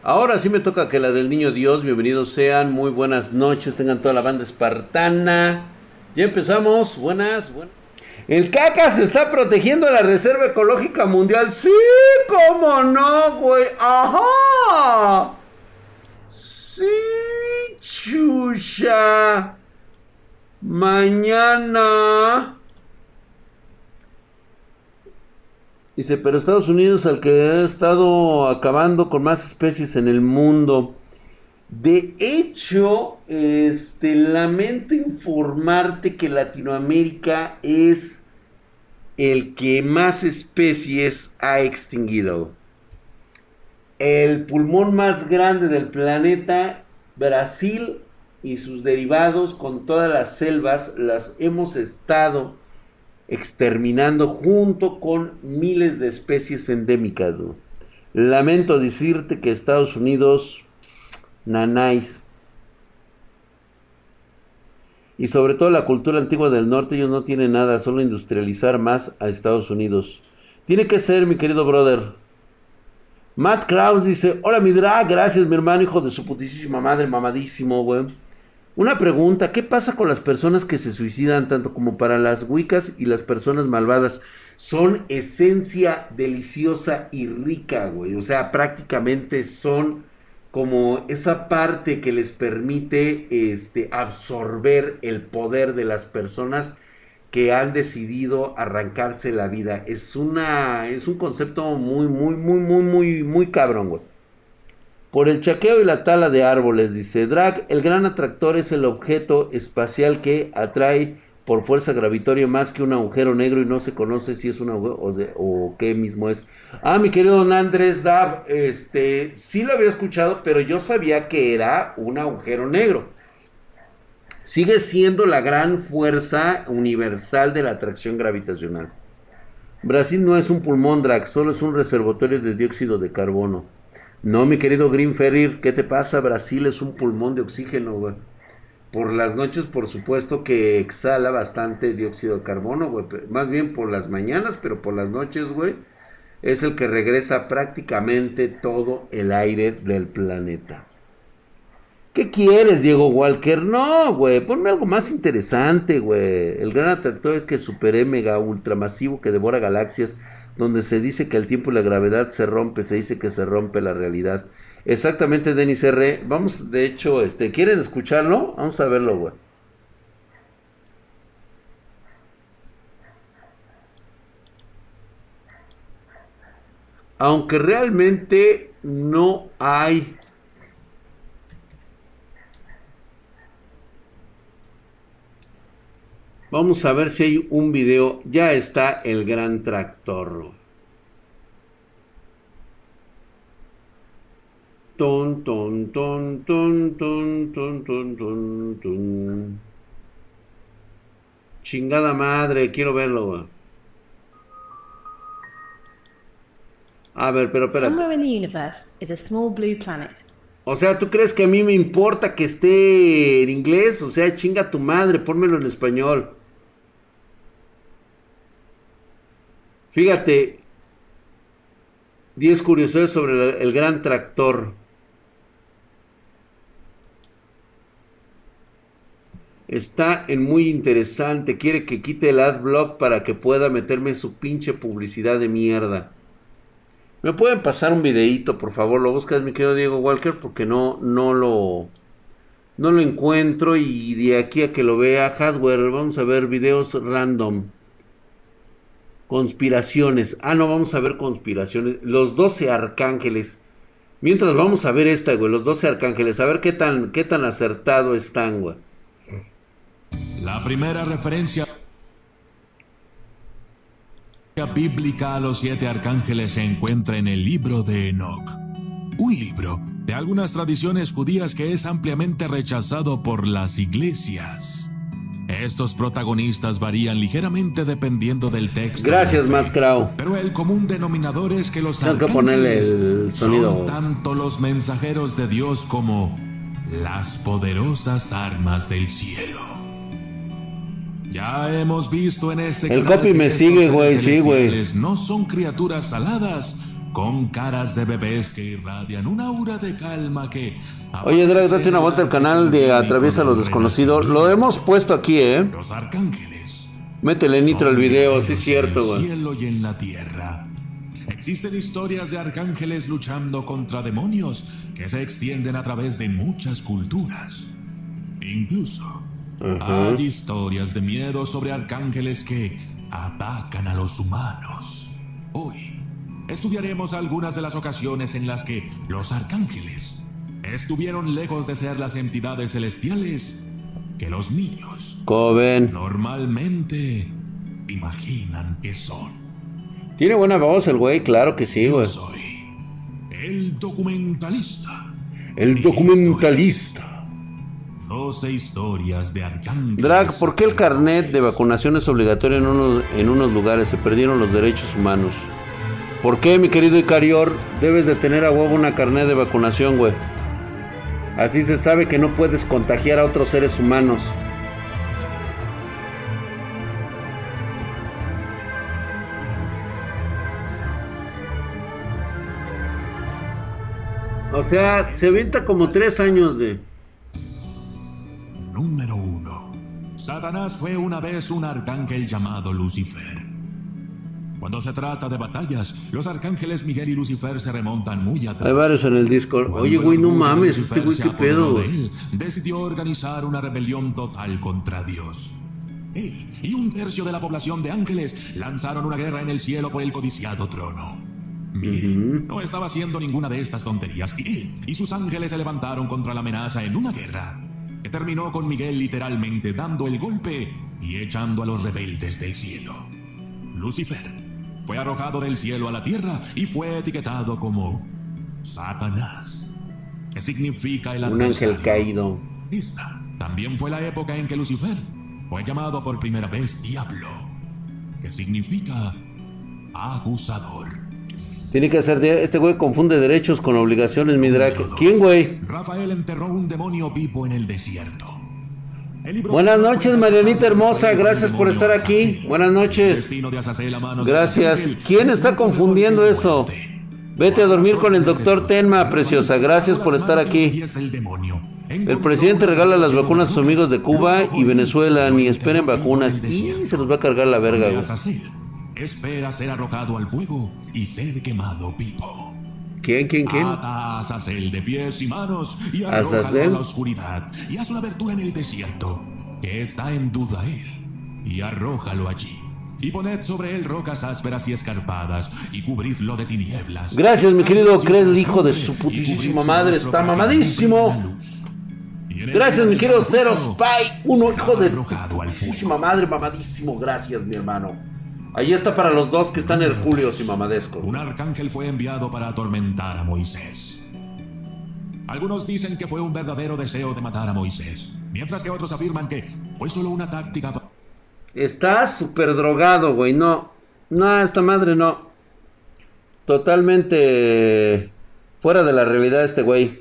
Ahora sí me toca que la del niño Dios. Bienvenidos sean, muy buenas noches. Tengan toda la banda espartana. Ya empezamos. Buenas. El caca se está protegiendo a la Reserva Ecológica Mundial. Sí, cómo no, güey. Ajá. Sí, chucha. Mañana. Dice, pero Estados Unidos, al que ha estado acabando con más especies en el mundo. De hecho, lamento informarte que Latinoamérica es el que más especies ha extinguido. El pulmón más grande del planeta, Brasil y sus derivados con todas las selvas, las hemos estado exterminando junto con miles de especies endémicas, ¿no? Lamento decirte que Estados Unidos, nanáis. Y sobre todo la cultura antigua del norte, ellos no tienen nada, solo industrializar más a Estados Unidos. Tiene que ser, mi querido brother. Matt Krause dice, hola mi drag, gracias mi hermano, hijo de su putísima madre, mamadísimo, güey. Una pregunta, ¿qué pasa con las personas que se suicidan tanto como para las wiccas y las personas malvadas? Son esencia deliciosa y rica, güey. O sea, prácticamente son como esa parte que les permite absorber el poder de las personas que han decidido arrancarse la vida. Es un concepto muy cabrón, güey. Por el chaqueo y la tala de árboles, dice Drag, el gran atractor es el objeto espacial que atrae por fuerza gravitatoria más que un agujero negro y no se conoce si es un agujero o qué mismo es. Ah, mi querido don Andrés Dav, sí lo había escuchado, pero yo sabía que era un agujero negro. Sigue siendo la gran fuerza universal de la atracción gravitacional. Brasil no es un pulmón, Drag, solo es un reservorio de dióxido de carbono. No, mi querido Green Ferry, ¿qué te pasa? Brasil es un pulmón de oxígeno, güey. Por las noches, por supuesto que exhala bastante dióxido de carbono, güey. Más bien por las mañanas, pero por las noches, güey, es el que regresa prácticamente todo el aire del planeta. ¿Qué quieres, Diego Walker? No, güey, ponme algo más interesante, güey. El gran atractor que superé mega ultramasivo que devora galaxias, donde se dice que el tiempo y la gravedad se rompe, se dice que se rompe la realidad. Exactamente, Denis R. Vamos, de hecho, ¿quieren escucharlo? Vamos a verlo, güey. Aunque realmente no hay... Vamos a ver si hay un video. Ya está el gran tractor. Ton, ton, ton, ton, ton, ton, ton, ton, ton. Chingada madre, quiero verlo. A ver, pero espérate. Somewhere in the universe is a small blue planet. O sea, ¿tú crees que a mí me importa que esté en inglés? O sea, chinga tu madre, pónmelo en español. Fíjate, 10 curiosidades sobre el gran tractor. Está en muy interesante. Quiere que quite el adblock para que pueda meterme su pinche publicidad de mierda. ¿Me pueden pasar un videíto, por favor? Lo buscas, mi querido Diego Walker, porque no lo encuentro. Y de aquí a que lo vea, hardware, vamos a ver videos random. Conspiraciones. Ah, no, vamos a ver conspiraciones. Los 12 arcángeles. Mientras vamos a ver esta, güey. Los 12 arcángeles. A ver qué tan acertado están, güey. La primera referencia bíblica a los 7 arcángeles se encuentra en el libro de Enoc. Un libro de algunas tradiciones judías que es ampliamente rechazado por las iglesias. Estos protagonistas varían ligeramente dependiendo del texto. Gracias, Matt Crow. Pero el común denominador es que los tengo que ponerle el sonido. Son tanto los mensajeros de Dios como las poderosas armas del cielo. Ya hemos visto en este el copy me sigue, güey, sí, güey. No son criaturas aladas con caras de bebés que irradian una aura de calma que... Oye, Drag, date una vuelta al canal de Atraviesa lo Desconocido. Lo hemos puesto aquí, Los arcángeles. Métele nitro al video, sí es cierto, güey. En güey. el cielo y en la tierra. Existen historias de arcángeles luchando contra demonios que se extienden a través de muchas culturas. Incluso hay historias de miedo sobre arcángeles que atacan a los humanos. Hoy estudiaremos algunas de las ocasiones en las que los arcángeles estuvieron lejos de ser las entidades celestiales que los niños normalmente imaginan que son. Tiene buena voz el güey, claro que sí, güey. Yo soy el documentalista. El documentalista. 12 historias de arcángeles. Drag, ¿por qué el carnet de vacunación es obligatorio en unos lugares? Se perdieron los derechos humanos. ¿Por qué, mi querido Icarior, debes de tener a huevo una carnet de vacunación, güey? Así se sabe que no puedes contagiar a otros seres humanos. O sea, se avienta como 3 años de... Número 1. Satanás fue una vez un arcángel llamado Lucifer. Cuando se trata de batallas, los arcángeles Miguel y Lucifer se remontan muy atrás. Hay varios en el Discord. Oye, güey, no mames, este güey, qué pedo, güey. Decidió organizar una rebelión total contra Dios. Él y un tercio de la población de ángeles lanzaron una guerra en el cielo por el codiciado trono. Miguel no estaba haciendo ninguna de estas tonterías y él y sus ángeles se levantaron contra la amenaza en una guerra que terminó con Miguel literalmente dando el golpe y echando a los rebeldes del cielo. Lucifer fue arrojado del cielo a la tierra y fue etiquetado como Satanás, que significa el adversario. Un ángel caído. Esta también fue la época en que Lucifer fue llamado por primera vez Diablo, que significa acusador. Tiene que hacer... Este güey confunde derechos con obligaciones, mi Drag. ¿Quién, güey? Rafael enterró un demonio vivo en el desierto. Buenas noches, Marianita hermosa. Gracias por estar aquí. Buenas noches. Gracias. ¿Quién está confundiendo eso? Vete a dormir con el doctor Tenma, preciosa. Gracias por estar aquí. El presidente regala las vacunas a sus amigos de Cuba y Venezuela. Ni esperen vacunas. Y se los va a cargar la verga, güey. Espera ser arrojado al fuego y ser quemado vivo. ¿Quién? Ata a Azazel de pies y manos y arrójalo a la oscuridad y haz una abertura en el desierto, que está en duda él, y arrójalo allí. Y poned sobre él rocas ásperas y escarpadas y cubridlo de tinieblas. Gracias, mi querido Cres, hijo de su putísima madre. Está mamadísimo. Gracias, mi querido Zero Spy. Uno, hijo de tu putísima madre, mamadísimo. Gracias, mi hermano. Ahí está para los dos que están hercúleos y mamadescos. Un arcángel fue enviado para atormentar a Moisés. Algunos dicen que fue un verdadero deseo de matar a Moisés, mientras que otros afirman que fue solo una táctica. Estás súper drogado, güey. No, esta madre no. Totalmente fuera de la realidad este güey.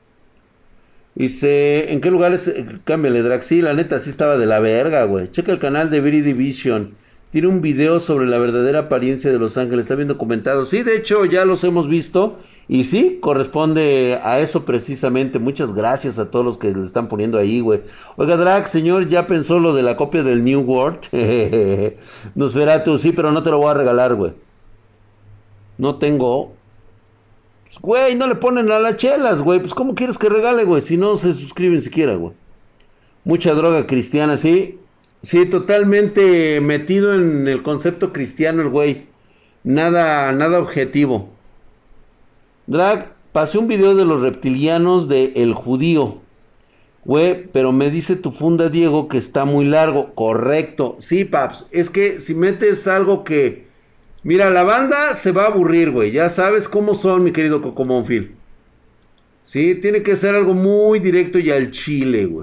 Dice, ¿en qué lugares? Cámbiale, Drax. Sí, la neta, sí estaba de la verga, güey. Checa el canal de Viri Division. Tiene un video sobre la verdadera apariencia de los ángeles. Está bien documentado. Sí, de hecho, ya los hemos visto. Y sí, corresponde a eso precisamente. Muchas gracias a todos los que le están poniendo ahí, güey. Oiga, Drag, señor, ¿ya pensó lo de la copia del New World? Nosferatu, sí, pero no te lo voy a regalar, güey. No tengo. Pues, güey, no le ponen a las chelas, güey. Pues, ¿cómo quieres que regale, güey? Si no se suscriben siquiera, güey. Mucha droga cristiana, sí. Sí, totalmente metido en el concepto cristiano el güey. Nada objetivo. Drag, pasé un video de los reptilianos de El Judío. Güey, pero me dice tu funda, Diego, que está muy largo. Correcto. Sí, paps. Es que si metes algo que... Mira, la banda se va a aburrir, güey. Ya sabes cómo son, mi querido Cocomonfil. Sí, tiene que ser algo muy directo y al chile, güey.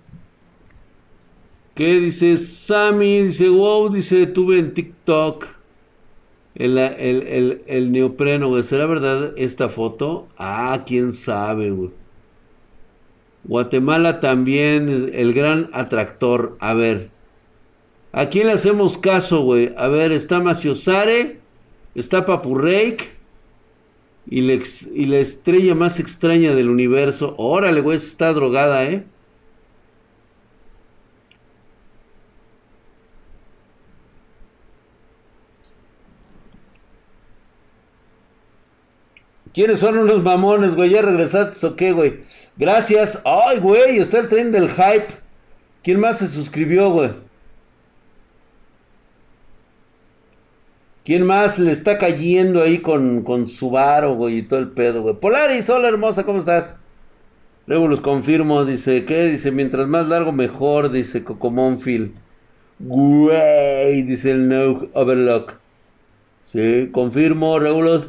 ¿Qué dice Sammy? Dice, wow, dice, tuve en TikTok el neopreno, güey. ¿Será verdad esta foto? Ah, quién sabe, güey. Guatemala también, el gran atractor. A ver, ¿a quién le hacemos caso, güey? A ver, está Maciosare, está Papurreik, Y la estrella más extraña del universo. Órale, güey, está drogada, ¿eh? ¿Quiénes son unos mamones, güey? ¿Ya regresaste o qué, güey? Gracias. Ay, güey, está el tren del hype. ¿Quién más se suscribió, güey? ¿Quién más le está cayendo ahí con su varo, güey, y todo el pedo, güey? Polaris, hola hermosa, ¿cómo estás? Luego los confirmo, dice, ¿qué? Dice, mientras más largo mejor, dice Cocomonfield. Güey, dice el No Overlock. Sí, confirmo, Regulos.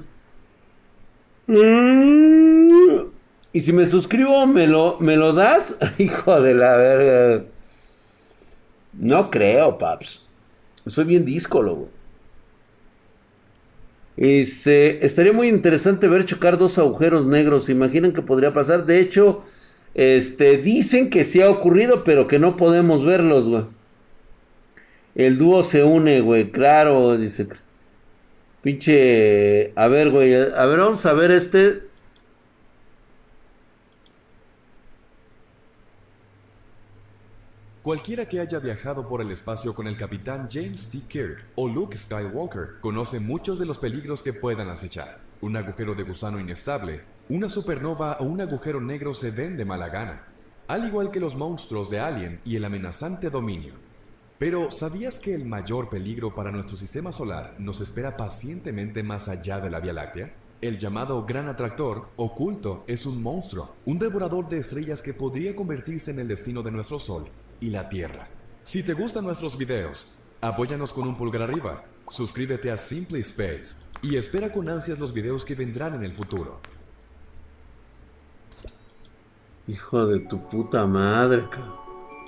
Y si me suscribo, ¿me lo das? Hijo de la verga. No creo, paps. Soy bien díscolo, güey. Estaría muy interesante ver chocar dos agujeros negros. ¿Se imaginan que podría pasar? De hecho, dicen que sí ha ocurrido, pero que no podemos verlos, güey. El dúo se une, güey. Claro, dice. Pinche. A ver, güey. A ver, vamos a ver este. Cualquiera que haya viajado por el espacio con el capitán James T. Kirk o Luke Skywalker conoce muchos de los peligros que puedan acechar. Un agujero de gusano inestable, una supernova o un agujero negro se ven de mala gana, al igual que los monstruos de Alien y el amenazante Dominion. Pero, ¿sabías que el mayor peligro para nuestro sistema solar nos espera pacientemente más allá de la Vía Láctea? El llamado Gran Atractor, oculto, es un monstruo, un devorador de estrellas que podría convertirse en el destino de nuestro Sol y la Tierra. Si te gustan nuestros videos, apóyanos con un pulgar arriba, suscríbete a Simply Space y espera con ansias los videos que vendrán en el futuro. Hijo de tu puta madre, cabrón.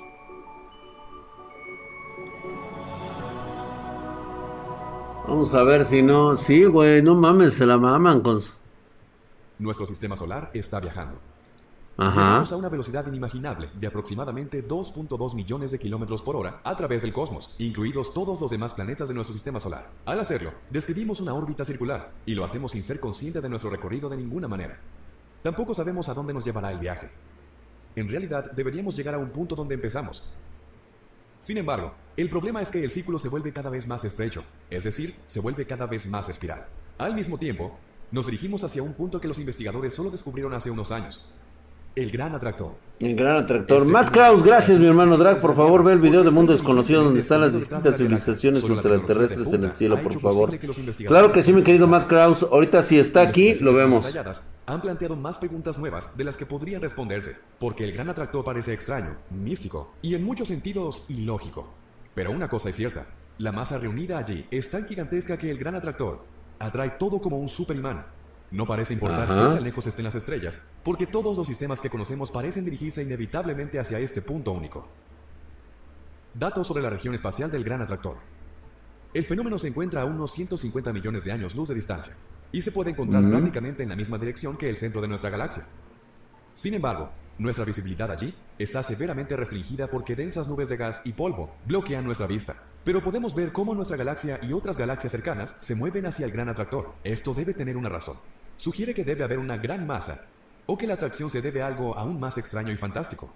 Vamos a ver si no. Sí, güey, no mames, se la maman con. Nuestro sistema solar está viajando. Ajá. Llegamos a una velocidad inimaginable de aproximadamente 2.2 millones de kilómetros por hora a través del cosmos, incluidos todos los demás planetas de nuestro sistema solar. Al hacerlo, describimos una órbita circular, y lo hacemos sin ser consciente de nuestro recorrido de ninguna manera. Tampoco sabemos a dónde nos llevará el viaje. En realidad, deberíamos llegar a un punto donde empezamos. Sin embargo, el problema es que el círculo se vuelve cada vez más estrecho, es decir, se vuelve cada vez más espiral. Al mismo tiempo, nos dirigimos hacia un punto que los investigadores solo descubrieron hace unos años. El Gran Atractor. El Gran Atractor. Matt Kraus, gracias mi hermano Drag. Por favor, ve el video de Mundo Desconocido donde están las distintas civilizaciones ultraterrestres en el cielo, por favor. Claro que sí, mi querido Matt Kraus. Ahorita si está aquí, lo vemos. Han planteado más preguntas nuevas de las que podrían responderse, porque el Gran Atractor parece extraño, místico y en muchos sentidos ilógico. Pero una cosa es cierta, la masa reunida allí es tan gigantesca que el Gran Atractor atrae todo como un superimán. No parece importar qué tan lejos estén las estrellas, porque todos los sistemas que conocemos parecen dirigirse inevitablemente hacia este punto único. Datos sobre la región espacial del Gran Atractor. El fenómeno se encuentra a unos 150 millones de años luz de distancia, y se puede encontrar prácticamente en la misma dirección que el centro de nuestra galaxia. Sin embargo, nuestra visibilidad allí está severamente restringida porque densas nubes de gas y polvo bloquean nuestra vista. Pero podemos ver cómo nuestra galaxia y otras galaxias cercanas se mueven hacia el Gran Atractor. Esto debe tener una razón. Sugiere que debe haber una gran masa, o que la atracción se debe a algo aún más extraño y fantástico.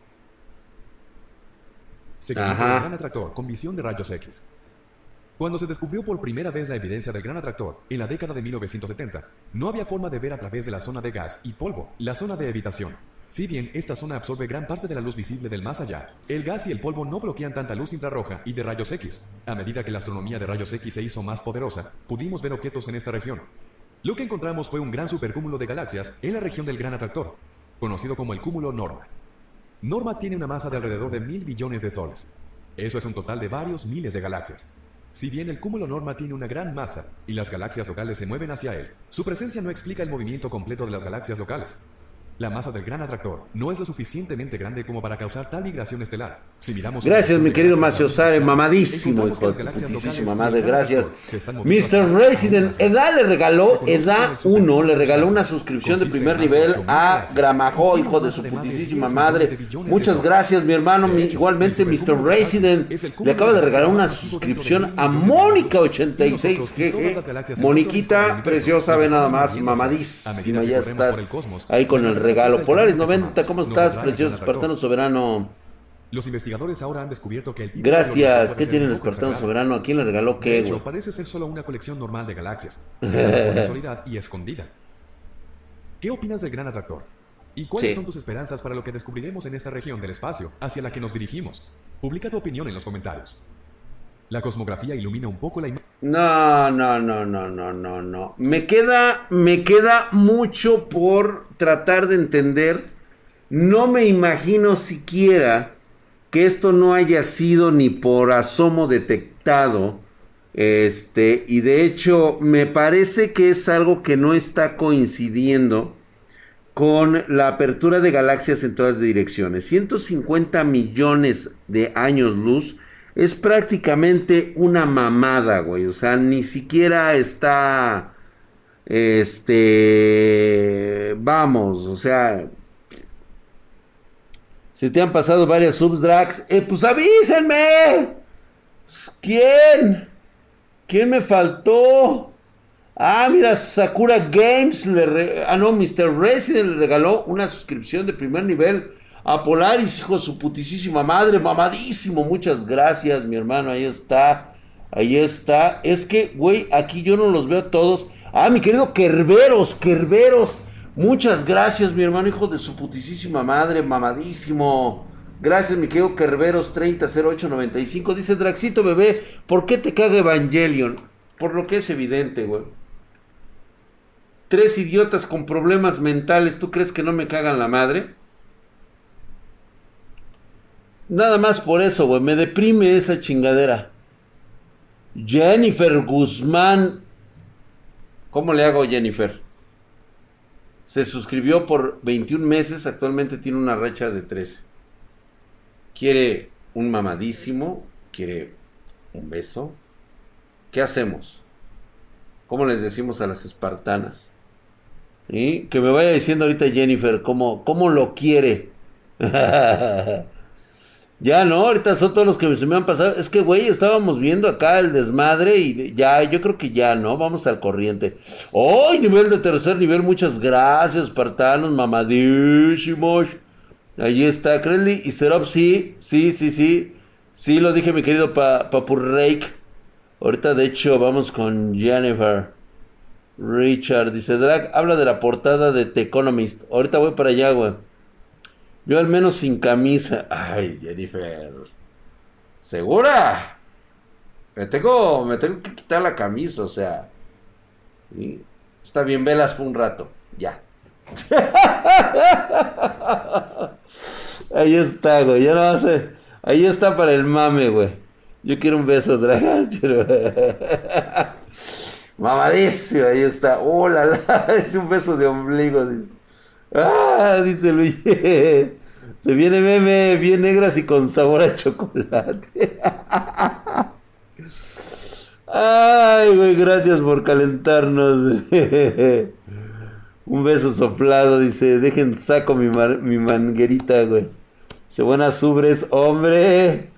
Seguimiento del Gran Atractor con visión de rayos X. Cuando se descubrió por primera vez la evidencia del Gran Atractor, en la década de 1970, no había forma de ver a través de la zona de gas y polvo, la zona de evitación. Si bien esta zona absorbe gran parte de la luz visible del más allá, el gas y el polvo no bloquean tanta luz infrarroja y de rayos X. A medida que la astronomía de rayos X se hizo más poderosa, pudimos ver objetos en esta región. Lo que encontramos fue un gran supercúmulo de galaxias en la región del Gran Atractor, conocido como el cúmulo Norma. Norma tiene una masa de alrededor de 1.000 billones de soles. Eso es un total de varios miles de galaxias. Si bien el cúmulo Norma tiene una gran masa y las galaxias locales se mueven hacia él, su presencia no explica el movimiento completo de las galaxias locales. La masa del gran atractor no es lo suficientemente grande como para causar tal migración estelar. Si miramos Gracias, mi querido galaxias Macio Sare, mamadísimo, encontramos que hijo las de galaxias putísima locales madre, y el gran gracias. atractor se están moviendo Mr. hacia Resident, aún más allá. Eda le regaló, Se conoce Eda como el 1, le regaló una supernovas. suscripción de Consiste primer en más de nivel 8.000 a galaxias Gramajo, y tiene hijo una de masa su de más de putísima 10 madre. millones de billones de Muchas soles. gracias, mi hermano, De hecho, igualmente el Mr. supercúmulo de Resident, Hartley es el le cúmulo acaba de de regalar una galaxias más masivo dentro suscripción del a millones de años luz. Y Mónica86, nosotros y todas las galaxias Moniquita, del universo preciosa, nos ve estamos nada más, moviendo hacia- a mamadísima, medida que ya corremos estás por el cosmos, ahí con la el gravedad regalo. del Polaris camino que 90, tomamos ¿cómo nos estás, atrae al precioso gran atractor. espartano soberano? Los investigadores ahora han descubierto que el tipo Gracias, ¿qué tiene el espartano sagrado? soberano? ¿A quién le regaló De qué, hecho, güey? parece ser solo una colección normal de galaxias, creada por casualidad y escondida. ¿Qué opinas del gran atractor? ¿Y cuáles Sí. son tus esperanzas para lo que descubriremos en esta región del espacio hacia la que nos dirigimos? Publica tu opinión en los comentarios. La cosmografía ilumina un poco la imagen. No. Me queda mucho por tratar de entender. No me imagino siquiera que esto no haya sido ni por asomo detectado. Y de hecho, me parece que es algo que no está coincidiendo con la apertura de galaxias en todas direcciones. 150 millones de años luz es prácticamente una mamada, güey. O sea, ni siquiera está... Vamos, o sea... Se te han pasado varias subs, Drax. Pues avísenme. ¿Quién? ¿Quién me faltó? Ah, mira, Sakura Games Mr. Resident le regaló una suscripción de primer nivel a Polaris, hijo de su putísima madre, mamadísimo. Muchas gracias, mi hermano, ahí está. Ahí está. Es que, güey, aquí yo no los veo todos. Ah, mi querido Kerberos. Muchas gracias, mi hermano, hijo de su putísima madre, mamadísimo. Gracias, mi querido Kerberos 300895. Dice Draxito, bebé, ¿por qué te caga Evangelion? Por lo que es evidente, güey. 3 idiotas con problemas mentales, ¿tú crees que no me cagan la madre? Nada más por eso, güey, me deprime esa chingadera. Jennifer Guzmán. ¿Cómo le hago, Jennifer? Se suscribió por 21 meses, actualmente tiene una racha de 13. Quiere un mamadísimo, quiere un beso. ¿Qué hacemos? ¿Cómo les decimos a las espartanas? ¿Sí? Que me vaya diciendo ahorita Jennifer cómo lo quiere. Ya no, ahorita son todos los que se me han pasado. Es que, güey, estábamos viendo acá el desmadre y ya, yo creo que ya, ¿no? Vamos al corriente. ¡Oh! Nivel de tercer nivel, muchas gracias, espartanos, mamadísimos. Ahí está, Credly y Serop, sí. Sí, lo dije, mi querido Papurreik. Ahorita, de hecho, vamos con Jennifer. Richard, dice Drag, habla de la portada de The Economist. Ahorita voy para allá, güey. Yo al menos sin camisa. Ay, Jennifer. ¿Segura? Me tengo que quitar la camisa, o sea. ¿Sí? Está bien, velas por un rato. Ya. Ahí está, güey. Ya no sé. Ahí está para el mame, güey. Yo quiero un beso, Drag. Mamadísimo, ahí está. ¡Oh, la! Es un beso de ombligo. ¡Ah! Dice Luis. Se viene meme bien negras y con sabor a chocolate. Ay, güey, gracias por calentarnos. Un beso soplado, dice. Dejen saco mi manguerita, güey. Dice, buenas ubres, hombre.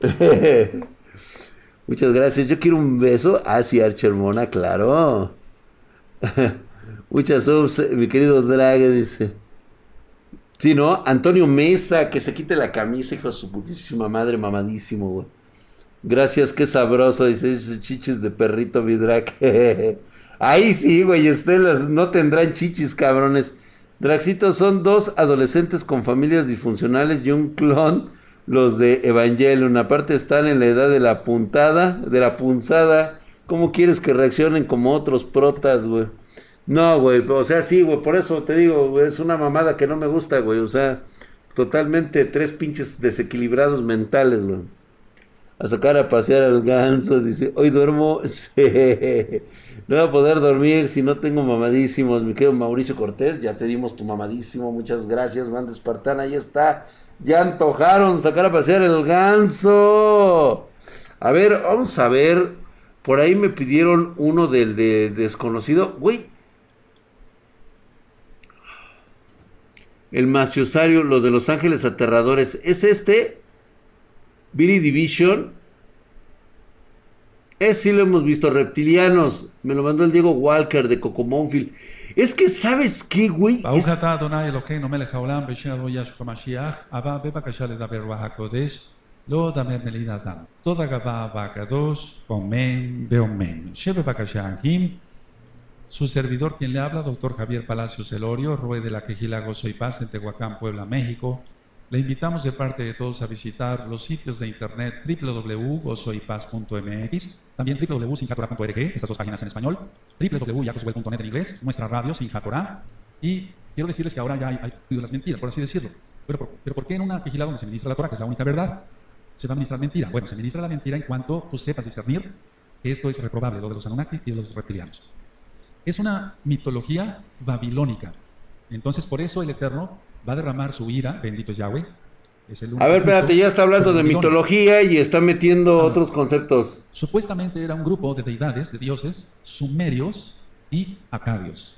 Muchas gracias. Yo quiero un beso. Ah, sí, Archer Mona, claro. Muchas subs, mi querido Drag, dice. Sí, ¿no? Antonio Mesa, que se quite la camisa, hijo de su putísima madre, mamadísimo, güey. Gracias, qué sabroso, dice, chichis de perrito, mi Drag. Ahí sí, güey, ustedes no tendrán chichis, cabrones. Draxito, son 2 adolescentes con familias disfuncionales y un clon, los de Evangelion. Aparte están en la edad de la punzada. ¿Cómo quieres que reaccionen como otros protas, güey? No, güey, o sea, sí, güey, por eso te digo, güey, es una mamada que no me gusta, güey, o sea, totalmente 3 pinches desequilibrados mentales, güey. a sacar a pasear al ganso. Dice, hoy duermo. Sí. No voy a poder dormir si no tengo mamadísimos. Mi querido Mauricio Cortés, ya te dimos tu mamadísimo. Muchas gracias, banda espartana. Ahí está. Ya antojaron sacar a pasear el ganso. A ver, vamos a ver. Por ahí me pidieron uno del de desconocido. Güey, el maciosario, lo de los ángeles aterradores. ¿Es este? Billy Division. Sí lo hemos visto. Reptilianos. Me lo mandó el Diego Walker de Cocomonfield. Es que, ¿sabes qué, güey? ברוך אתה אדוני אלוהינו מלך העולם בשערו ישוע המשיח הבא בבקשה לדבר רוח הקודש לא דמר מליד אדם תודה רבה והקדוש אמן ואמן שבבקשה ahim su servidor quien le habla doctor Javier Palacios Elorio Rue de la Quejila Gozo y Paz en Tehuacán, Puebla, México. Le invitamos de parte de todos a visitar los sitios de internet www.gozoypaz.mx, también www.sinjatorá.org, estas dos páginas en español, www.yacoswell.net en inglés, nuestra radio Sinjatorá. Y quiero decirles que ahora ya hay de las mentiras, por así decirlo. Pero ¿por qué en una quejila donde se ministra la Torah, que es la única verdad, se va a ministrar mentira? Bueno, se ministra la mentira en cuanto tú sepas discernir que esto es reprobable, lo de los Anunnaki y de los reptilianos. Es una mitología babilónica. Entonces, por eso el Eterno va a derramar su ira, bendito es Yahweh. Es el a ver, espérate, ya está hablando de mitología y está metiendo otros conceptos. Supuestamente era un grupo de deidades, de dioses, sumerios y acadios.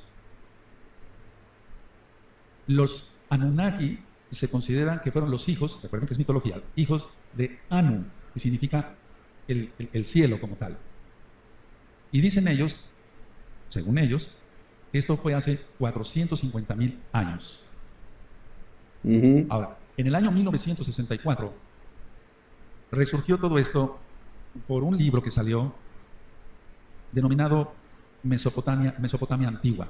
Los Anunnaki se consideran que fueron los hijos, recuerden que es mitología, hijos de Anu, que significa el cielo como tal. Y dicen ellos, según ellos, que esto fue hace 450,000 años. Ahora, en el año 1964 resurgió todo esto por un libro que salió denominado Mesopotamia Antigua.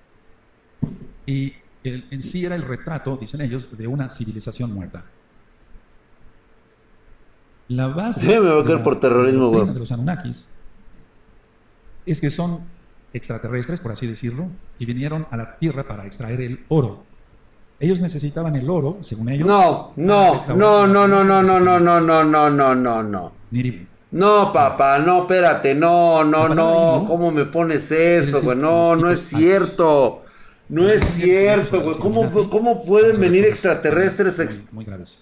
Y en sí era el retrato, dicen ellos, de una civilización muerta. La base me va a caer por terrorismo, de los Anunnakis es que son extraterrestres, por así decirlo, y vinieron a la Tierra para extraer el oro. Ellos necesitaban el oro, según ellos. No. No, papá, no, espérate, no. ¿Cómo me pones eso, güey? No es cierto. No es cierto, güey. ¿Cómo pueden venir extraterrestres? Muy graves.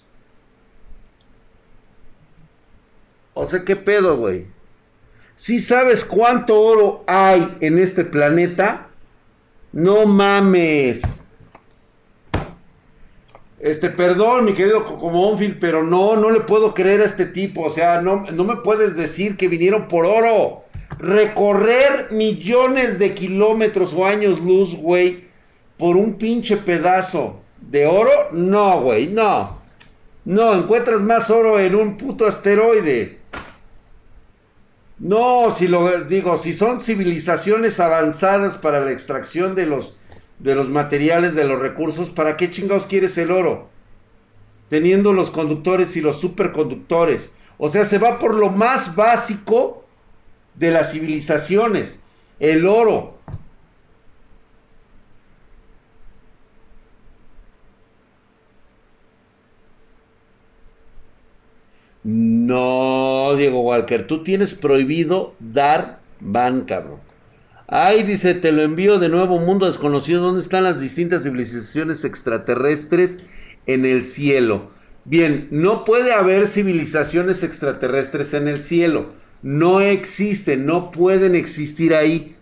O sea, ¿qué pedo, güey? ¿Sí sabes cuánto oro hay en este planeta? No mames. Perdón, mi querido Cocomonfield, pero no le puedo creer a este tipo. O sea, no me puedes decir que vinieron por oro. Recorrer millones de kilómetros o años luz, güey, por un pinche pedazo de oro. No, güey, no. No, encuentras más oro en un puto asteroide. No, si son civilizaciones avanzadas para la extracción de los materiales, de los recursos, ¿para qué chingados quieres el oro? Teniendo los conductores y los superconductores. O sea, se va por lo más básico de las civilizaciones, el oro. No, Diego Walker, tú tienes prohibido dar ban, cabrón. Ay, dice, te lo envío de nuevo, mundo desconocido. ¿Dónde están las distintas civilizaciones extraterrestres en el cielo? Bien, no puede haber civilizaciones extraterrestres en el cielo. No existen, no pueden existir ahí.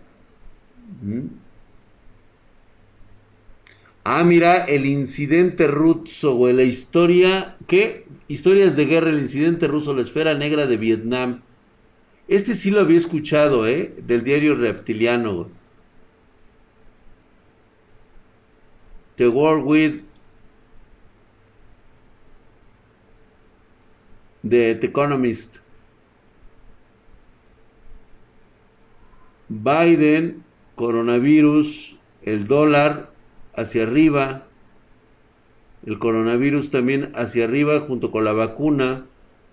Mira, el incidente ruso, güey, la historia, ¿qué? Historias de guerra, el incidente ruso, la esfera negra de Vietnam. Este sí lo había escuchado, del diario reptiliano, güey. The War with The Economist. Biden, coronavirus, el dólar hacia arriba, el coronavirus también hacia arriba junto con la vacuna,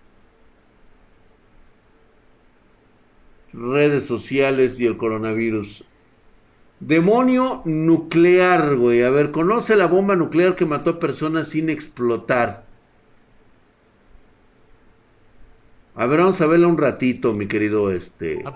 redes sociales y el coronavirus. Demonio nuclear, güey. A ver, conoce la bomba nuclear que mató a personas sin explotar. A ver, vamos a verla un ratito, mi querido A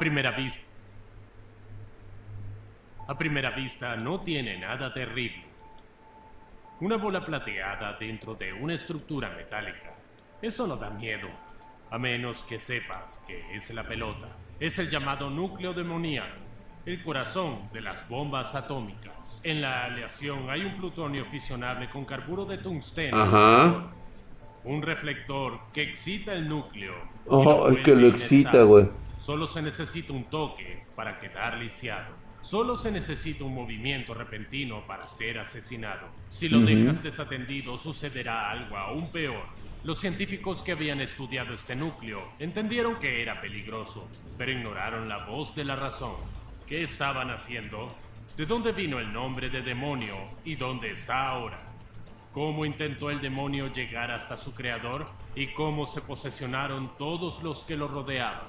primera vista no tiene nada terrible. Una bola plateada dentro de una estructura metálica. Eso no da miedo, a menos que sepas que es la pelota. Es el llamado núcleo demoníaco, el corazón de las bombas atómicas. En la aleación hay un plutonio fisionable con carburo de tungsteno. Ajá. Un reflector que excita el núcleo. Oh, que lo excita, güey. Solo se necesita un toque para quedar lisiado. Solo se necesita un movimiento repentino para ser asesinado. Si lo dejas desatendido, sucederá algo aún peor. Los científicos que habían estudiado este núcleo entendieron que era peligroso, pero ignoraron la voz de la razón. ¿Qué estaban haciendo? ¿De dónde vino el nombre de demonio y dónde está ahora? ¿Cómo intentó el demonio llegar hasta su creador? ¿Y cómo se posesionaron todos los que lo rodeaban?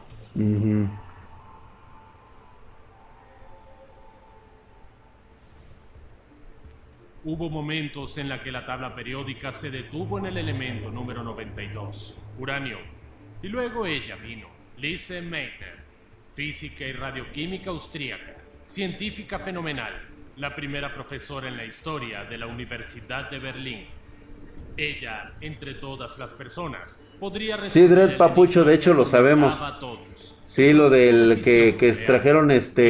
Hubo momentos en la que la tabla periódica se detuvo en el elemento número 92, uranio. Y luego ella vino, Lise Meitner, física y radioquímica austríaca, científica fenomenal, la primera profesora en la historia de la Universidad de Berlín. Ella, entre todas las personas, podría Sí, Dredd Papucho, de hecho lo sabemos. Sí, lo del que extrajeron de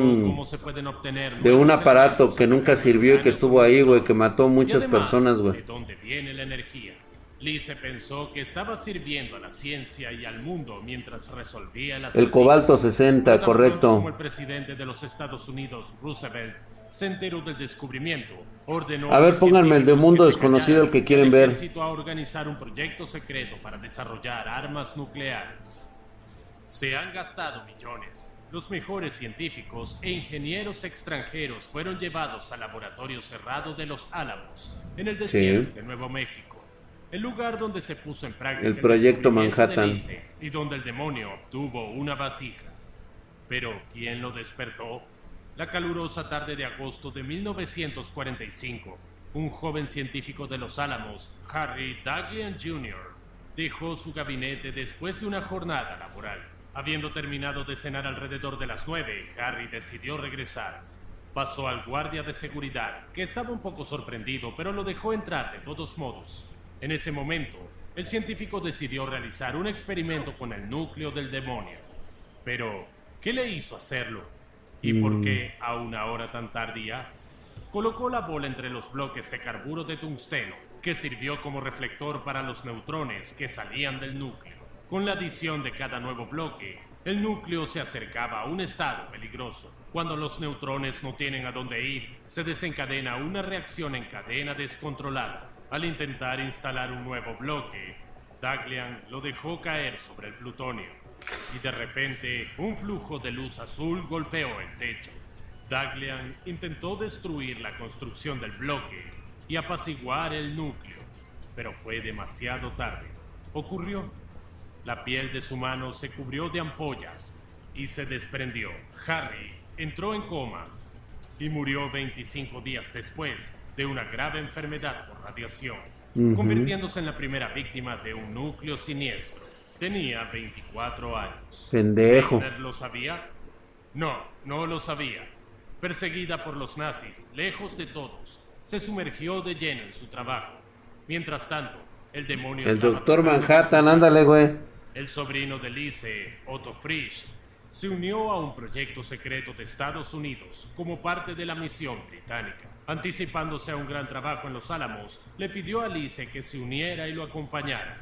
un aparato que nunca sirvió y que estuvo ahí, güey, que mató muchas personas, güey. ¿De dónde viene la energía? Lise pensó que estaba sirviendo a la ciencia y al mundo mientras resolvía las El cobalto 60, correcto. Como el presidente de los Estados Unidos, Roosevelt, se enteró del descubrimiento, ordenó a ver, pónganme el de Mundo Desconocido, el que quieren ver. A organizar un proyecto secreto para desarrollar armas nucleares. Se han gastado millones. Los mejores científicos e ingenieros extranjeros fueron llevados al laboratorio cerrado de Los Álamos, en el desierto de Nuevo México, el lugar donde se puso en práctica el proyecto Manhattan y donde el demonio obtuvo una vasija. Pero ¿quién lo despertó? La calurosa tarde de agosto de 1945, un joven científico de Los Álamos, Harry Daghlian Jr., dejó su gabinete después de una jornada laboral. Habiendo terminado de cenar alrededor de las 9, Harry decidió regresar. Pasó al guardia de seguridad, que estaba un poco sorprendido, pero lo dejó entrar de todos modos. En ese momento, el científico decidió realizar un experimento con el núcleo del demonio. Pero, ¿qué le hizo hacerlo? ¿Y por qué a una hora tan tardía? Colocó la bola entre los bloques de carburo de tungsteno, que sirvió como reflector para los neutrones que salían del núcleo. Con la adición de cada nuevo bloque, el núcleo se acercaba a un estado peligroso. Cuando los neutrones no tienen a dónde ir, se desencadena una reacción en cadena descontrolada. Al intentar instalar un nuevo bloque, Daghlian lo dejó caer sobre el plutonio. Y de repente, un flujo de luz azul golpeó el techo. Daghlian intentó destruir la construcción del bloque y apaciguar el núcleo, pero fue demasiado tarde. Ocurrió. La piel de su mano se cubrió de ampollas y se desprendió. Harry entró en coma y murió 25 días después de una grave enfermedad por radiación, convirtiéndose en la primera víctima de un núcleo siniestro. Tenía 24 años. Pendejo. ¿Lo sabía? No, no lo sabía. Perseguida por los nazis, lejos de todos, se sumergió de lleno en su trabajo. Mientras tanto, el demonio El Doctor Manhattan, ándale, güey. El sobrino de Lise, Otto Frisch, se unió a un proyecto secreto de Estados Unidos como parte de la misión británica. Anticipándose a un gran trabajo en Los Álamos, le pidió a Lise que se uniera y lo acompañara.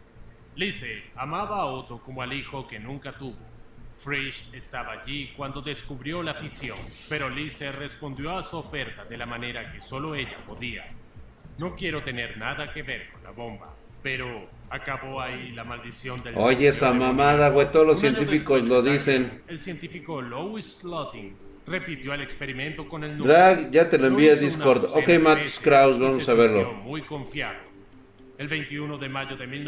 Lise amaba a Otto como al hijo que nunca tuvo. Frisch estaba allí cuando descubrió la fisión, pero Lise respondió a su oferta de la manera que solo ella podía. No quiero tener nada que ver con la bomba, pero acabó ahí la maldición del... Oye, esa mamada, güey, todos los científicos lo dicen. El científico Louis Slotin repitió el experimento con el núcleo. Drag, ya te lo envié a Discord. Ok, Matt Krauss, vamos a verlo. Muy confiado. El 21 de mayo de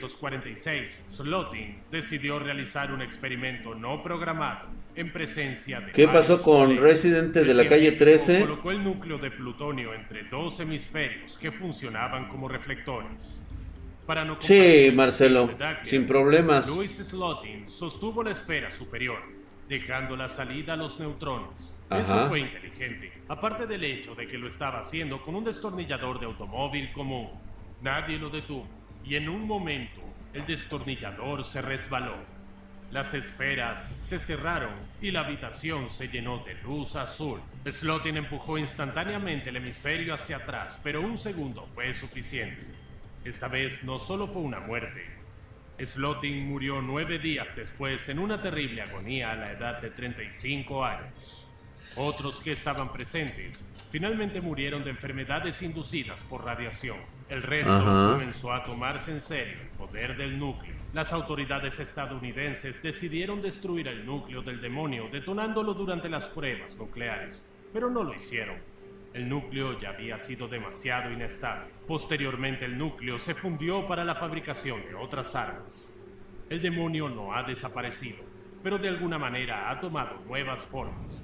1946, Slotin decidió realizar un experimento no programado en presencia de... ¿Qué pasó con Residente de la calle 13? Colocó el núcleo de plutonio entre dos hemisferios que funcionaban como reflectores. Para no Sí, compartir el Marcelo, destino de Daglier, sin problemas. Louis Slotin sostuvo la esfera superior, dejando la salida a los neutrones. Ajá. Eso fue inteligente, aparte del hecho de que lo estaba haciendo con un destornillador de automóvil común. Nadie lo detuvo, y en un momento, el destornillador se resbaló. Las esferas se cerraron y la habitación se llenó de luz azul. Slotin empujó instantáneamente el hemisferio hacia atrás, pero un segundo fue suficiente. Esta vez no solo fue una muerte. Slotin murió 9 días después en una terrible agonía a la edad de 35 años. Otros que estaban presentes finalmente murieron de enfermedades inducidas por radiación. El resto comenzó a tomarse en serio el poder del núcleo. Las autoridades estadounidenses decidieron destruir el núcleo del demonio detonándolo durante las pruebas nucleares, pero no lo hicieron. El núcleo ya había sido demasiado inestable. Posteriormente el núcleo se fundió para la fabricación de otras armas. El demonio no ha desaparecido, pero de alguna manera ha tomado nuevas formas.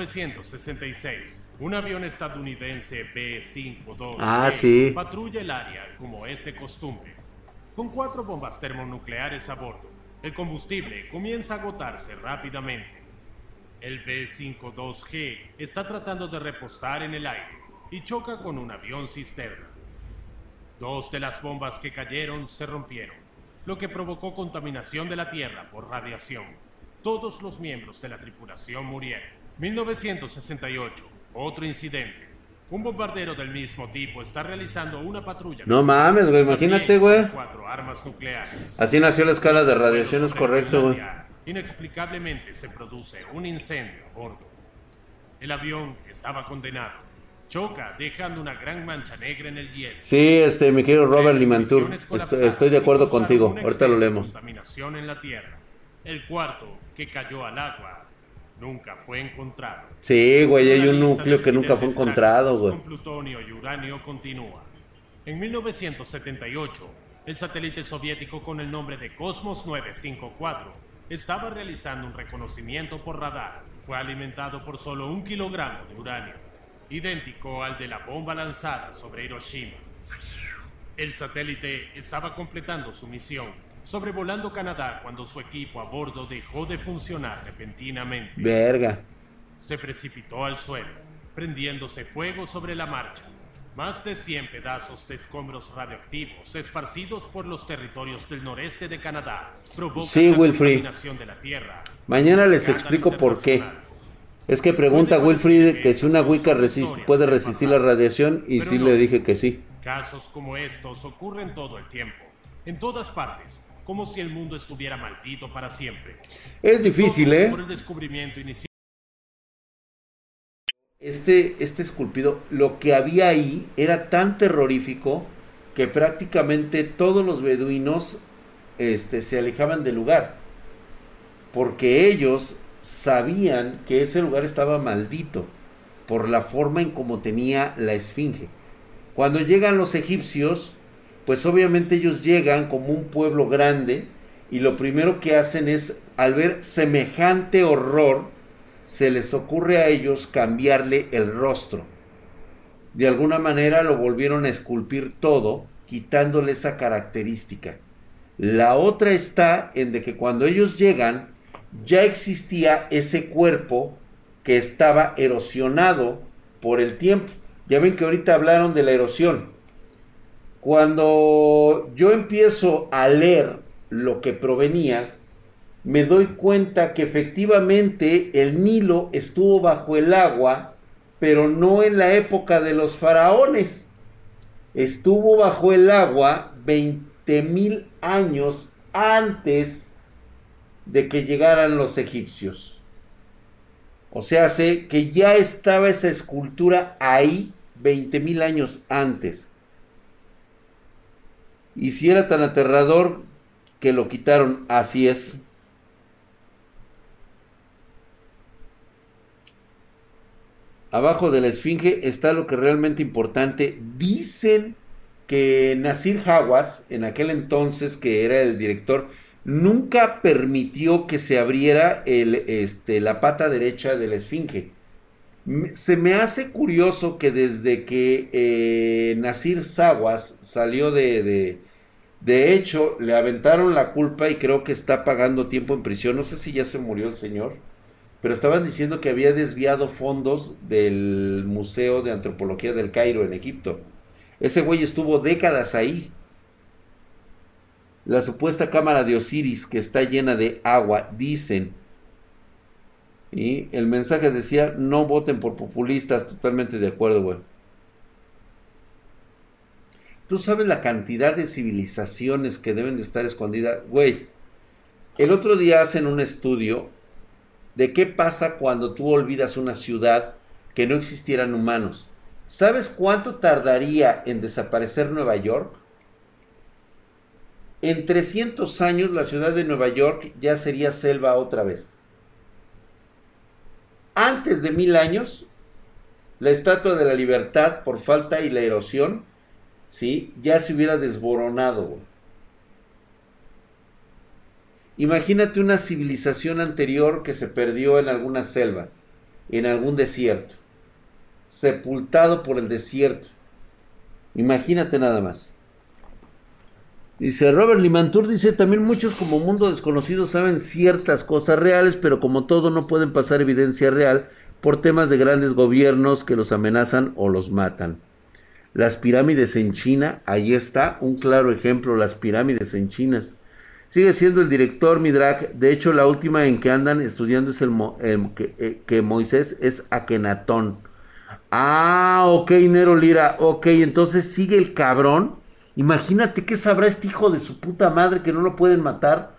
1966, un avión estadounidense B-52G sí. patrulla el área como es de costumbre, con 4 bombas termonucleares a bordo. El combustible comienza a agotarse rápidamente. El B-52G está tratando de repostar en el aire y choca con un avión cisterna. 2 de las bombas que cayeron se rompieron, lo que provocó contaminación de la Tierra por radiación. Todos los miembros de la tripulación murieron. 1968, otro incidente. Un bombardero del mismo tipo está realizando una patrulla. No mames, güey, imagínate, güey. 4 armas nucleares. Así nació la escala de radiación, es Sobre correcto, güey. Groenlandia, inexplicablemente se produce un incendio a bordo. El avión estaba condenado. Choca, dejando una gran mancha negra en el hielo. Sí, mi querido Robert 3 Limantur, municiones colapsaron estoy de acuerdo y causaron contigo, una ahorita lo extensa leemos. Contaminación en la Tierra. El cuarto, que cayó al agua, nunca fue encontrado. Sí, güey, hay La un lista núcleo de que nunca fue accidentes encontrado, trágicos güey. con plutonio y uranio continúa. En 1978, el satélite soviético con el nombre de Cosmos 954 estaba realizando un reconocimiento por radar. Fue alimentado por solo 1 kilogramo de uranio, idéntico al de la bomba lanzada sobre Hiroshima. El satélite estaba completando su misión, sobrevolando Canadá cuando su equipo a bordo dejó de funcionar repentinamente. Verga. Se precipitó al suelo, prendiéndose fuego sobre la marcha. Más de 100 pedazos de escombros radioactivos esparcidos por los territorios del noreste de Canadá provocan Sí, la Wilfrid. contaminación de la tierra. Mañana Un les escándalo explico por qué. internacional. Es que pregunta Puede parecer Wilfrid que que si una estas Wicca son historias puede del resistir pasado, la radiación y pero sí no. le dije que sí. Casos como estos ocurren todo el tiempo, en todas partes, como si el mundo estuviera maldito para siempre. Es difícil, Todo ¿eh? por el descubrimiento inicial. Este esculpido, lo que había ahí era tan terrorífico que prácticamente todos los beduinos se alejaban del lugar. Porque ellos sabían que ese lugar estaba maldito por la forma en cómo tenía la esfinge. Cuando llegan los egipcios, pues obviamente ellos llegan como un pueblo grande y lo primero que hacen es, al ver semejante horror, se les ocurre a ellos cambiarle el rostro. De alguna manera lo volvieron a esculpir todo, quitándole esa característica. La otra está en de que cuando ellos llegan, ya existía ese cuerpo que estaba erosionado por el tiempo. Ya ven que ahorita hablaron de la erosión. Cuando yo empiezo a leer lo que provenía, me doy cuenta que efectivamente el Nilo estuvo bajo el agua, pero no en la época de los faraones. Estuvo bajo el agua 20,000 años antes de que llegaran los egipcios. O sea, sé que ya estaba esa escultura ahí 20,000 años antes. Y si era tan aterrador que lo quitaron, así es. Abajo de la esfinge está lo que es realmente importante. Dicen que Nasir Hawass, en aquel entonces que era el director, nunca permitió que se abriera la pata derecha de la esfinge. Se me hace curioso que desde que Nasir Hawass salió de De hecho, le aventaron la culpa y creo que está pagando tiempo en prisión. No sé si ya se murió el señor, pero estaban diciendo que había desviado fondos del Museo de Antropología del Cairo en Egipto. Ese güey estuvo décadas ahí. La supuesta cámara de Osiris, que está llena de agua, dicen. Y el mensaje decía, no voten por populistas. Totalmente de acuerdo, güey. Tú sabes la cantidad de civilizaciones que deben de estar escondidas. Güey, el otro día hacen un estudio de qué pasa cuando tú olvidas una ciudad que no existieran humanos. ¿Sabes cuánto tardaría en desaparecer Nueva York? En 300 años la ciudad de Nueva York ya sería selva otra vez. Antes de 1000 años, la Estatua de la Libertad, por falta y la erosión, ¿sí?, ya se hubiera desboronado, güey. Imagínate una civilización anterior que se perdió en alguna selva, en algún desierto, sepultado por el desierto. Imagínate nada más. Dice Robert Limantur, dice, también muchos como Mundo Desconocido saben ciertas cosas reales, pero como todo no pueden pasar evidencia real por temas de grandes gobiernos que los amenazan o los matan. Las pirámides en China, ahí está un claro ejemplo, las pirámides en China. Sigue siendo el director Midrash. De hecho, la última en que andan estudiando es que Moisés es Akenatón. Ah, ok, Nero Lira. Ok, entonces sigue el cabrón. Imagínate qué sabrá este hijo de su puta madre que no lo pueden matar.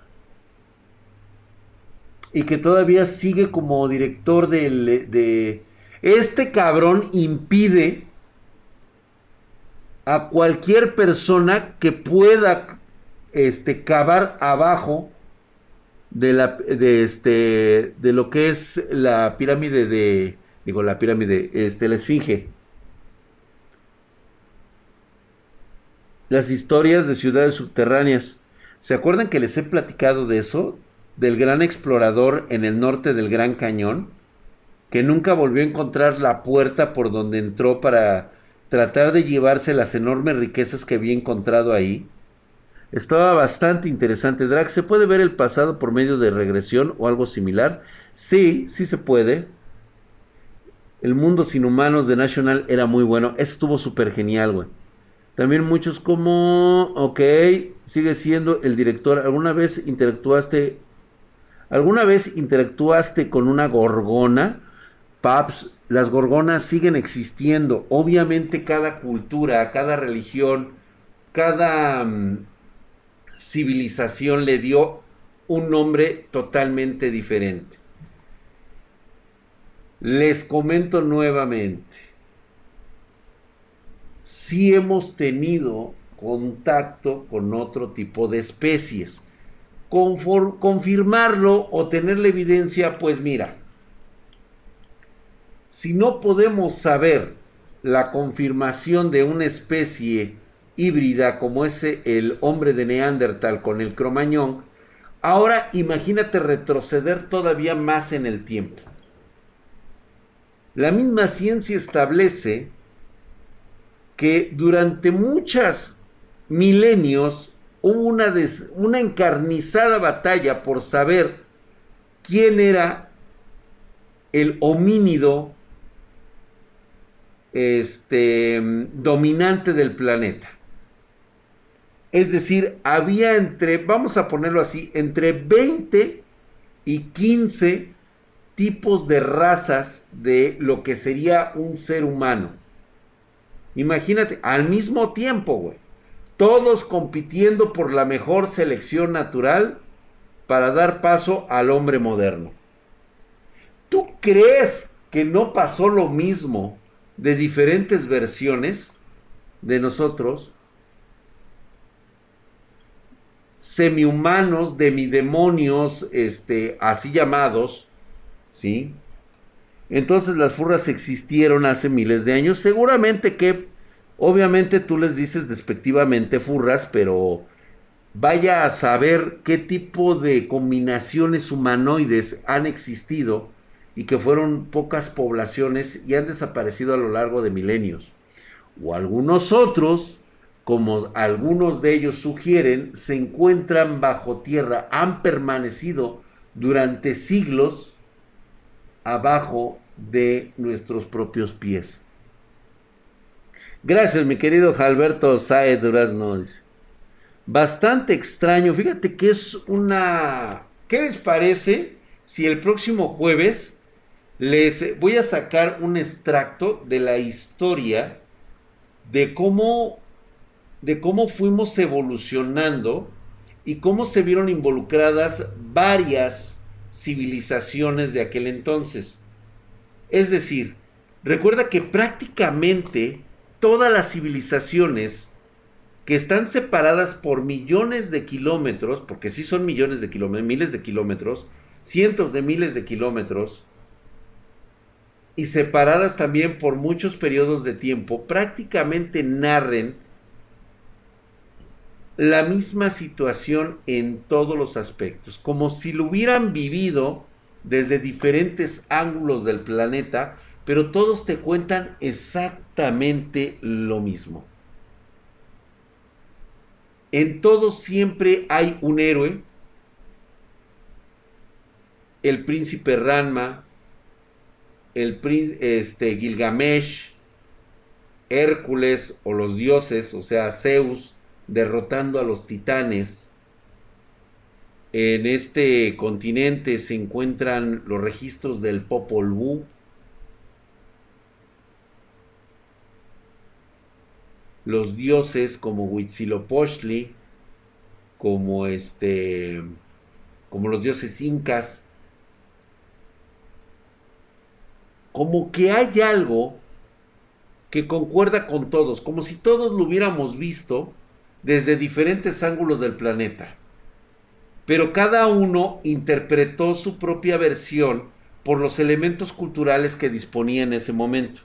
Y que todavía sigue como director de... Este cabrón impide a cualquier persona que pueda cavar abajo de lo que es la pirámide la esfinge. Las historias de ciudades subterráneas. ¿Se acuerdan que les he platicado de eso? Del gran explorador en el norte del Gran Cañón, que nunca volvió a encontrar la puerta por donde entró para tratar de llevarse las enormes riquezas que había encontrado ahí. Estaba bastante interesante. Drax, ¿se puede ver el pasado por medio de regresión o algo similar? Sí, sí se puede. El mundo sin humanos de National era muy bueno. Estuvo súper genial, güey. También muchos como... Ok, sigue siendo el director. ¿Alguna vez interactuaste con una gorgona? Paps, las gorgonas siguen existiendo. Obviamente cada cultura, cada religión, cada civilización le dio un nombre totalmente diferente. Les comento nuevamente. Sí hemos tenido contacto con otro tipo de especies. Confirmarlo o tener la evidencia, pues mira, si no podemos saber la confirmación de una especie híbrida como es el hombre de Neandertal con el Cromañón, ahora imagínate retroceder todavía más en el tiempo. La misma ciencia establece que durante muchos milenios hubo una encarnizada batalla por saber quién era el homínido dominante del planeta. Es decir, había vamos a ponerlo así, entre 20 y 15 tipos de razas de lo que sería un ser humano. Imagínate, al mismo tiempo, güey, todos compitiendo por la mejor selección natural para dar paso al hombre moderno. ¿Tú crees que no pasó lo mismo de diferentes versiones de nosotros? Semihumanos, demidemonios, así llamados, ¿sí? Entonces las furras existieron hace miles de años. Seguramente que, obviamente tú les dices despectivamente furras, pero vaya a saber qué tipo de combinaciones humanoides han existido y que fueron pocas poblaciones y han desaparecido a lo largo de milenios. O algunos otros como algunos de ellos sugieren, se encuentran bajo tierra, han permanecido durante siglos abajo de nuestros propios pies. Gracias, mi querido Alberto Saed Durazno. Bastante extraño. Fíjate que es una... ¿Qué les parece si el próximo jueves les voy a sacar un extracto de la historia de cómo fuimos evolucionando y cómo se vieron involucradas varias civilizaciones de aquel entonces? Es decir, recuerda que prácticamente todas las civilizaciones que están separadas por millones de kilómetros, porque sí son millones de kilómetros, miles de kilómetros, cientos de miles de kilómetros, y separadas también por muchos periodos de tiempo, prácticamente narren la misma situación en todos los aspectos, como si lo hubieran vivido desde diferentes ángulos del planeta, pero todos te cuentan exactamente lo mismo. En todos siempre hay un héroe, el príncipe Ranma, Gilgamesh, Hércules o los dioses, o sea, Zeus, derrotando a los titanes. En este continente se encuentran los registros del Popol Vuh. Los dioses como Huitzilopochtli, como los dioses incas. Como que hay algo que concuerda con todos, como si todos lo hubiéramos visto desde diferentes ángulos del planeta. Pero cada uno interpretó su propia versión por los elementos culturales que disponía en ese momento.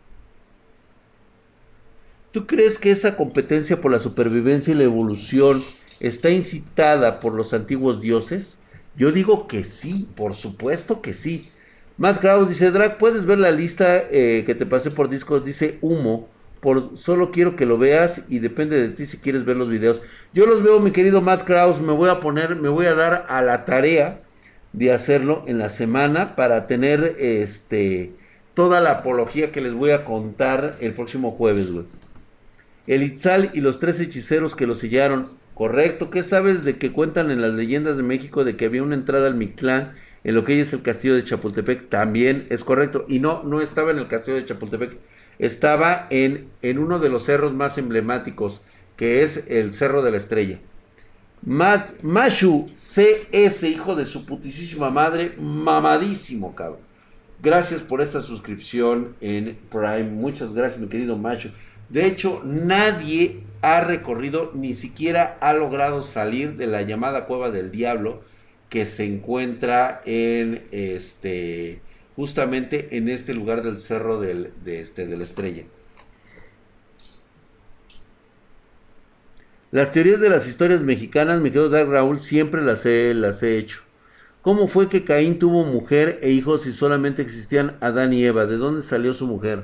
¿Tú crees que esa competencia por la supervivencia y la evolución está incitada por los antiguos dioses? Yo digo que sí, por supuesto que sí. Matt Krause dice, Drag, ¿puedes ver la lista que te pasé por Discord? Dice Humo. Solo quiero que lo veas y depende de ti si quieres ver los videos. Yo los veo, mi querido Matt Krause. Me voy a dar a la tarea de hacerlo en la semana para tener toda la apología que les voy a contar el próximo jueves, güey. El Itzal y los 3 hechiceros que lo sellaron. Correcto. ¿Qué sabes de que cuentan en las leyendas de México de que había una entrada al Mictlán en lo que hoy es el castillo de Chapultepec? También es correcto. Y no estaba en el castillo de Chapultepec. Estaba en uno de los cerros más emblemáticos, que es el Cerro de la Estrella. Mashu CS, hijo de su putísima madre, mamadísimo, cabrón. Gracias por esta suscripción en Prime. Muchas gracias, mi querido Mashu. De hecho, nadie ha recorrido, ni siquiera ha logrado salir de la llamada Cueva del Diablo, que se encuentra en justamente en este lugar del Cerro de la Estrella. Las teorías de las historias mexicanas, mi querido Dark Raúl, siempre las he hecho. ¿Cómo fue que Caín tuvo mujer e hijos si solamente existían Adán y Eva? ¿De dónde salió su mujer?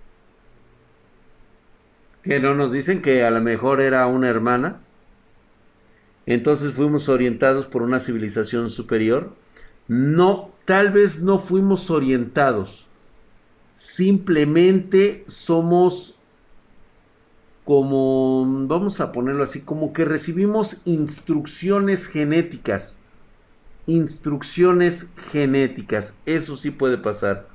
¿Que no nos dicen que a lo mejor era una hermana? Entonces fuimos orientados por una civilización superior. No, tal vez no fuimos orientados. Simplemente somos como, vamos a ponerlo así, como que recibimos instrucciones genéticas. Instrucciones genéticas. Eso sí puede pasar.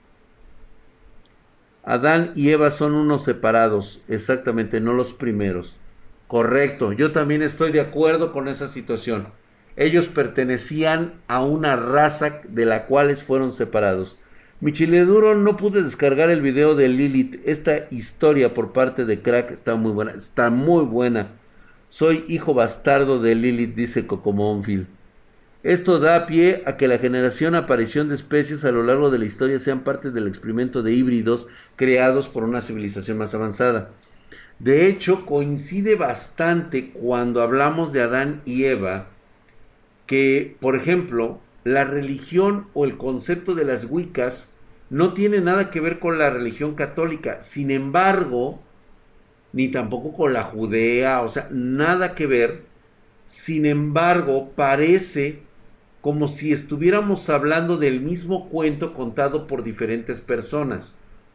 Adán y Eva son unos separados. Exactamente, no los primeros. Correcto, yo también estoy de acuerdo con esa situación. Ellos pertenecían a una raza de la cual fueron separados. Mi chileduro, no pude descargar el video de Lilith. Esta historia por parte de Crack está muy buena. Está muy buena. Soy hijo bastardo de Lilith, dice Cocomonfil. Esto da pie a que la aparición de especies a lo largo de la historia sean parte del experimento de híbridos creados por una civilización más avanzada. De hecho, coincide bastante cuando hablamos de Adán y Eva, que, por ejemplo, la religión o el concepto de las Wiccas no tiene nada que ver con la religión católica. Sin embargo, ni tampoco con la Judea, o sea, nada que ver. Sin embargo, parece como si estuviéramos hablando del mismo cuento contado por diferentes personas.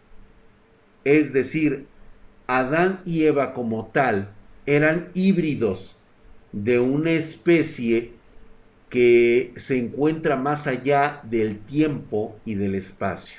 Es decir, Adán y Eva como tal eran híbridos de una especie que se encuentra más allá del tiempo y del espacio.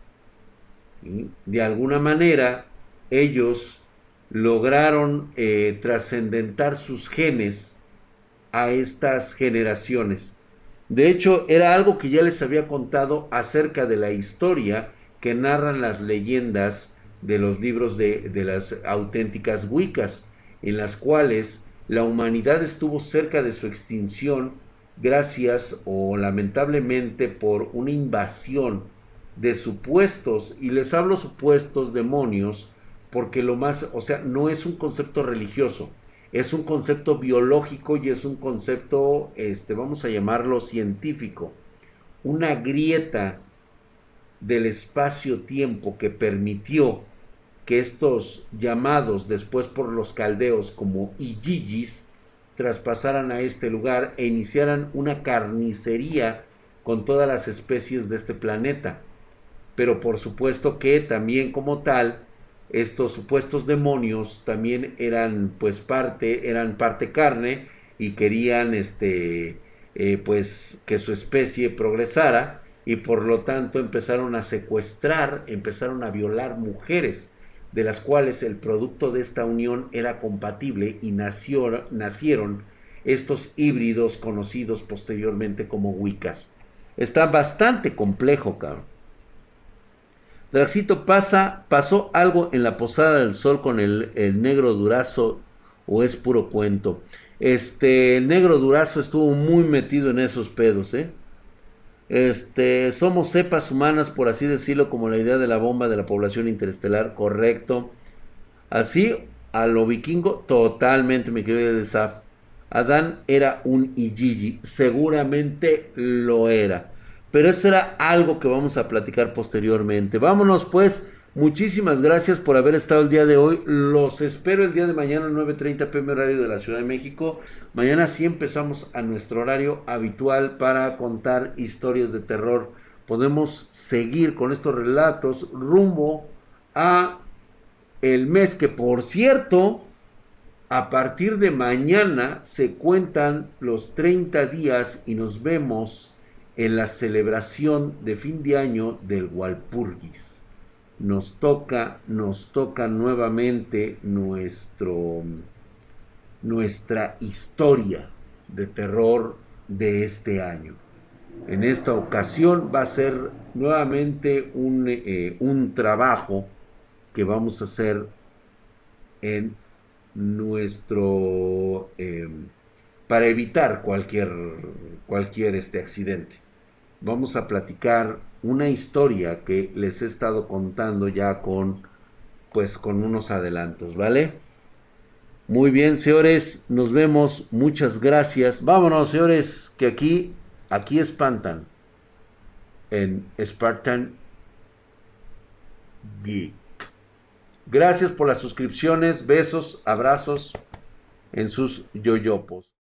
¿Sí? De alguna manera, ellos lograron trascendentar sus genes a estas generaciones. De hecho, era algo que ya les había contado acerca de la historia que narran las leyendas de los libros de las auténticas Wiccas, en las cuales la humanidad estuvo cerca de su extinción gracias o lamentablemente por una invasión de supuestos, y les hablo supuestos demonios, porque lo más, o sea, no es un concepto religioso, es un concepto biológico y es un concepto, vamos a llamarlo científico, una grieta del espacio-tiempo que permitió que estos llamados después por los caldeos como Igigis traspasaran a este lugar e iniciaran una carnicería con todas las especies de este planeta. Pero por supuesto que también como tal, estos supuestos demonios también eran parte carne y querían pues que su especie progresara, y por lo tanto empezaron a secuestrar, empezaron a violar mujeres, de las cuales el producto de esta unión era compatible y nacieron estos híbridos conocidos posteriormente como Wiccas. Está bastante complejo, cabrón. Draxito, pasó algo en la Posada del Sol con el Negro Durazo, o es puro cuento. El Negro Durazo estuvo muy metido en esos pedos, ¿eh? Somos cepas humanas, por así decirlo, como la idea de la bomba de la población interestelar, correcto. Así, a lo vikingo, totalmente, mi querido de Saf. Adán era un Igigi, seguramente lo era. Pero eso era algo que vamos a platicar posteriormente. Vámonos pues. Muchísimas gracias por haber estado el día de hoy. Los espero el día de mañana 9:30 p.m. horario de la Ciudad de México. Mañana sí empezamos a nuestro horario habitual para contar historias de terror. Podemos seguir con estos relatos rumbo a el mes que, por cierto, a partir de mañana se cuentan los 30 días y nos vemos en la celebración de fin de año del Walpurgis. Nos toca nuevamente nuestra historia de terror de este año. En esta ocasión va a ser nuevamente un trabajo que vamos a hacer en para evitar cualquier accidente. Vamos a platicar una historia que les he estado contando ya con unos adelantos, ¿vale? Muy bien, señores, nos vemos, muchas gracias. Vámonos, señores, que aquí espantan en Spartan Geek. Gracias por las suscripciones, besos, abrazos en sus yoyopos.